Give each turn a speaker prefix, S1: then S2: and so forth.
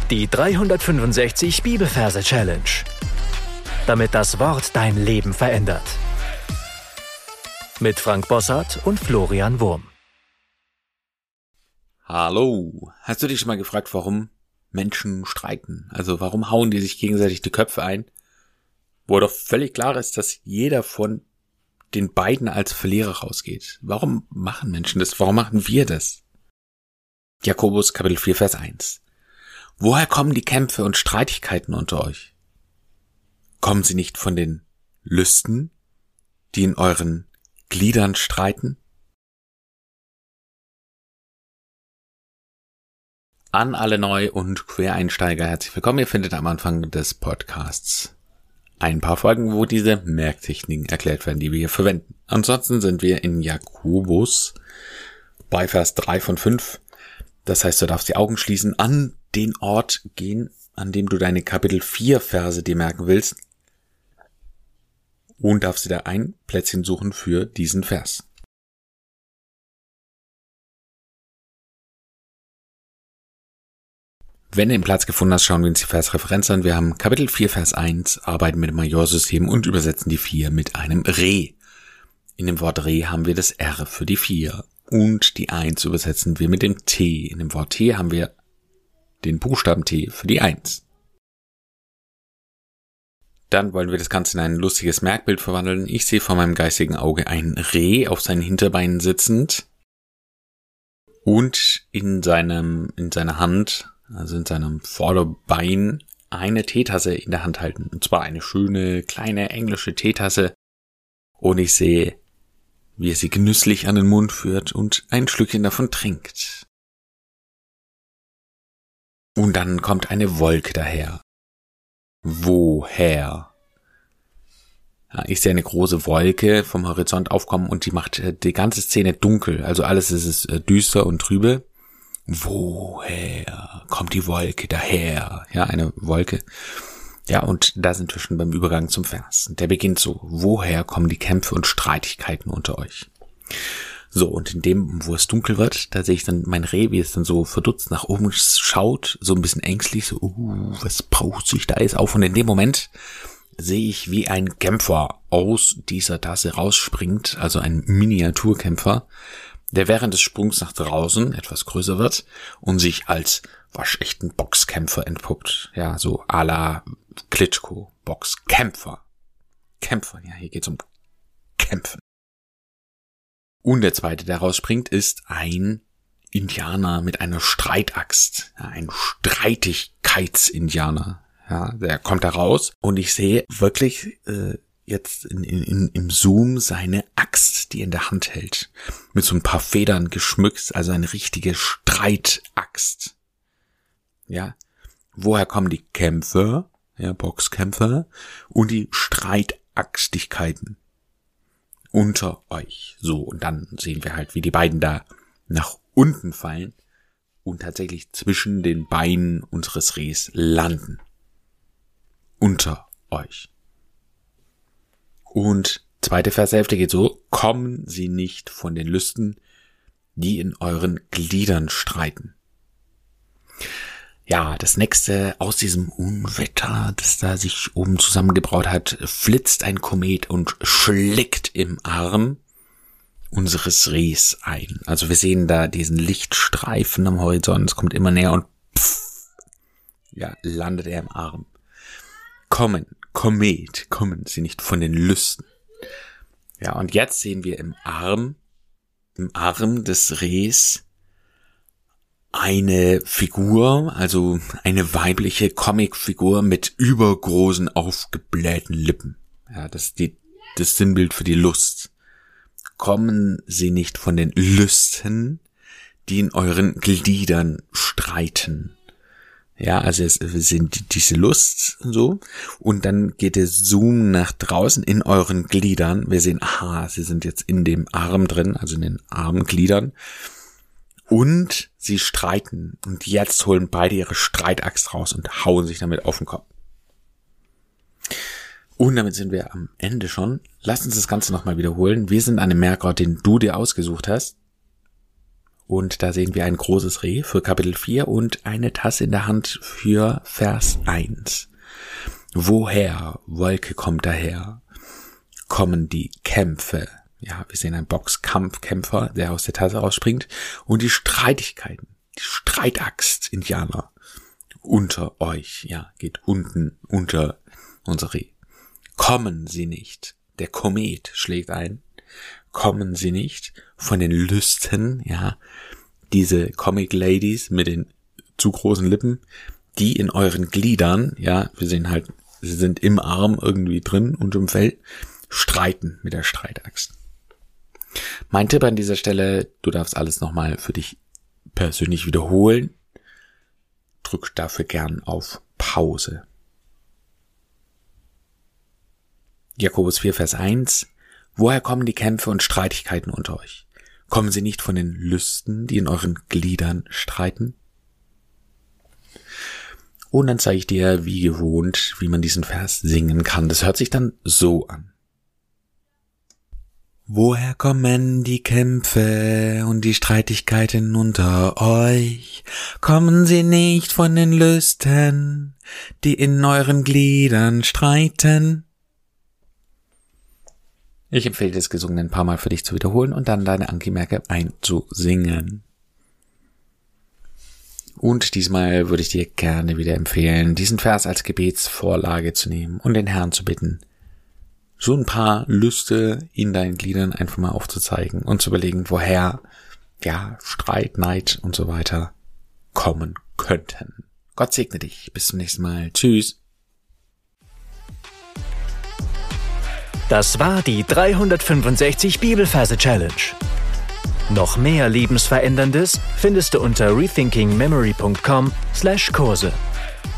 S1: Die 365 Bibelverse Challenge. Damit das Wort dein Leben verändert. Mit Frank Bossart und Florian Wurm.
S2: Hallo, hast du dich schon mal gefragt, warum Menschen streiten? Also warum hauen die sich gegenseitig die Köpfe ein? Wo doch völlig klar ist, dass jeder von den beiden als Verlierer rausgeht. Warum machen Menschen das? Warum machen wir das? Jakobus Kapitel 4, Vers 1. Woher kommen die Kämpfe und Streitigkeiten unter euch? Kommen sie nicht von den Lüsten, die in euren Gliedern streiten? An alle Neu- und Quereinsteiger herzlich willkommen. Ihr findet am Anfang des Podcasts ein paar Folgen, wo diese Merktechniken erklärt werden, die wir hier verwenden. Ansonsten sind wir in Jakobus bei Vers 3 von 5. Das heißt, du darfst die Augen schließen, an den Ort gehen, an dem du deine Kapitel 4 Verse dir merken willst und darfst dir da ein Plätzchen suchen für diesen Vers. Wenn du den Platz gefunden hast, schauen wir uns die Versreferenz an. Wir haben Kapitel 4, Vers 1, arbeiten mit dem Majorsystem und übersetzen die 4 mit einem Re. In dem Wort Re haben wir das R für die 4 und die 1 übersetzen wir mit dem T. In dem Wort T haben wir den Buchstaben T für die 1. Dann wollen wir das Ganze in ein lustiges Merkbild verwandeln. Ich sehe vor meinem geistigen Auge ein Reh auf seinen Hinterbeinen sitzend und in seiner Hand, also in seinem Vorderbein, eine Teetasse in der Hand halten. Und zwar eine schöne, kleine englische Teetasse. Und ich sehe, wie er sie genüsslich an den Mund führt und ein Schlückchen davon trinkt. Und dann kommt eine Wolke daher. Woher? Ja, ich sehe eine große Wolke vom Horizont aufkommen und die macht die ganze Szene dunkel. Also alles ist düster und trübe. Woher kommt die Wolke daher? Ja, eine Wolke. Ja, und da sind wir schon beim Übergang zum Vers. Der beginnt so: Woher kommen die Kämpfe und Streitigkeiten unter euch? So, und in dem, wo es dunkel wird, da sehe ich dann mein Reh, wie es dann so verdutzt nach oben schaut, so ein bisschen ängstlich, so, was braut sich da jetzt auf? Und in dem Moment sehe ich, wie ein Kämpfer aus dieser Tasse rausspringt, also ein Miniaturkämpfer, der während des Sprungs nach draußen etwas größer wird und sich als waschechten Boxkämpfer entpuppt. Ja, so à la Klitschko, Boxkämpfer. Kämpfer, ja, hier geht's um Kämpfen. Und der zweite, der rausspringt, ist ein Indianer mit einer Streitaxt. Ja, ein Streitigkeitsindianer. Ja, der kommt da raus und ich sehe wirklich jetzt im Zoom seine Axt, die er in der Hand hält. Mit so ein paar Federn geschmückt, also eine richtige Streitaxt. Ja, woher kommen die Kämpfe, ja, Boxkämpfe und die Streitaxtigkeiten unter euch? So, und dann sehen wir halt, wie die beiden da nach unten fallen und tatsächlich zwischen den Beinen unseres Rehs landen. Unter euch. Und zweite Vershälfte geht so: Kommen sie nicht von den Lüsten, die in euren Gliedern streiten. Ja, das nächste: Aus diesem Unwetter, das da sich oben zusammengebraut hat, flitzt ein Komet und schlägt im Arm unseres Rehs ein. Also wir sehen da diesen Lichtstreifen am Horizont, es kommt immer näher und ja, landet er im Arm. Kommen sie nicht von den Lüsten. Ja, und jetzt sehen wir im Arm des Rehs eine Figur, also eine weibliche Comicfigur mit übergroßen, aufgeblähten Lippen. Ja, das ist das Sinnbild für die Lust. Kommen sie nicht von den Lüsten, die in euren Gliedern streiten. Ja, also es sind diese Lust so. Und dann geht der Zoom nach draußen in euren Gliedern. Wir sehen, sie sind jetzt in dem Arm drin, also in den Armgliedern. Und sie streiten. Und jetzt holen beide ihre Streitaxt raus und hauen sich damit auf den Kopf. Und damit sind wir am Ende schon. Lass uns das Ganze nochmal wiederholen. Wir sind an dem Merkort, den du dir ausgesucht hast. Und da sehen wir ein großes Reh für Kapitel 4 und eine Tasse in der Hand für Vers 1. Woher, Wolke kommt daher, kommen die Kämpfe. Ja, wir sehen einen Boxkampfkämpfer, der aus der Tasse rausspringt. Und die Streitigkeiten, die Streitaxt, Indianer, unter euch, ja, geht unten unter unser Reh. Kommen sie nicht, der Komet schlägt ein. Kommen sie nicht von den Lüsten, ja, diese Comic Ladies mit den zu großen Lippen, die in euren Gliedern, ja, wir sehen halt, sie sind im Arm irgendwie drin und im Fell, streiten mit der Streitaxt. Mein Tipp an dieser Stelle, du darfst alles nochmal für dich persönlich wiederholen. Drück dafür gern auf Pause. Jakobus 4, Vers 1. Woher kommen die Kämpfe und Streitigkeiten unter euch? Kommen sie nicht von den Lüsten, die in euren Gliedern streiten? Und dann zeige ich dir, wie gewohnt, wie man diesen Vers singen kann. Das hört sich dann so an. Woher kommen die Kämpfe und die Streitigkeiten unter euch? Kommen sie nicht von den Lüsten, die in euren Gliedern streiten? Ich empfehle das Gesungene ein paar Mal für dich zu wiederholen und dann deine Anki-Merke einzusingen. Und diesmal würde ich dir gerne wieder empfehlen, diesen Vers als Gebetsvorlage zu nehmen und den Herrn zu bitten, so ein paar Lüste in deinen Gliedern einfach mal aufzuzeigen und zu überlegen, woher, ja, Streit, Neid und so weiter kommen könnten. Gott segne dich. Bis zum nächsten Mal. Tschüss.
S1: Das war die 365 Bibelverse Challenge. Noch mehr Lebensveränderndes findest du unter rethinkingmemory.com/Kurse.